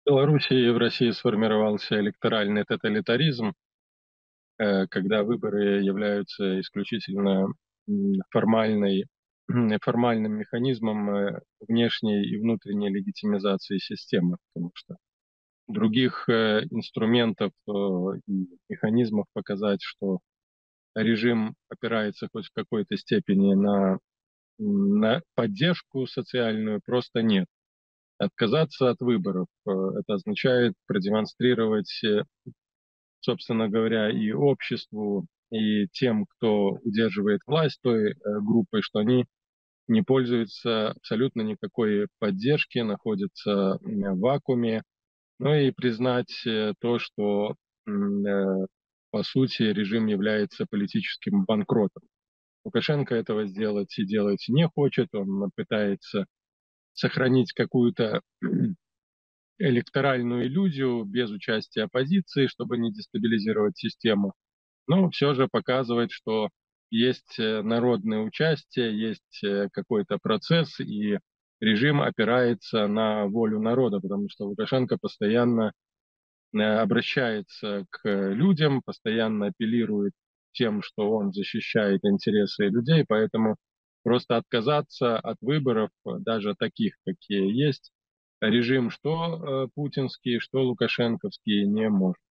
Белоруссии и в России сформировался электоральный тоталитаризм, когда выборы являются исключительно формальным механизмом внешней и внутренней легитимизации системы, потому что других инструментов и механизмов показать, что режим опирается хоть в какой-то степени на поддержку социальную, просто нет. Отказаться от выборов, это означает продемонстрировать, собственно говоря, и обществу, и тем, кто удерживает власть той группой, что они не пользуются абсолютно никакой поддержки, находятся в вакууме, ну и признать то, что по сути режим является политическим банкротом. Лукашенко этого сделать и делать не хочет, он пытается сохранить какую-то электоральную иллюзию без участия оппозиции, чтобы не дестабилизировать систему, но все же показывает, что есть народное участие, есть какой-то процесс, и режим опирается на волю народа, потому что Лукашенко постоянно обращается к людям, постоянно апеллирует тем, что он защищает интересы людей, поэтому просто отказаться от выборов, даже таких, какие есть, режим что путинский, что лукашенковский не может.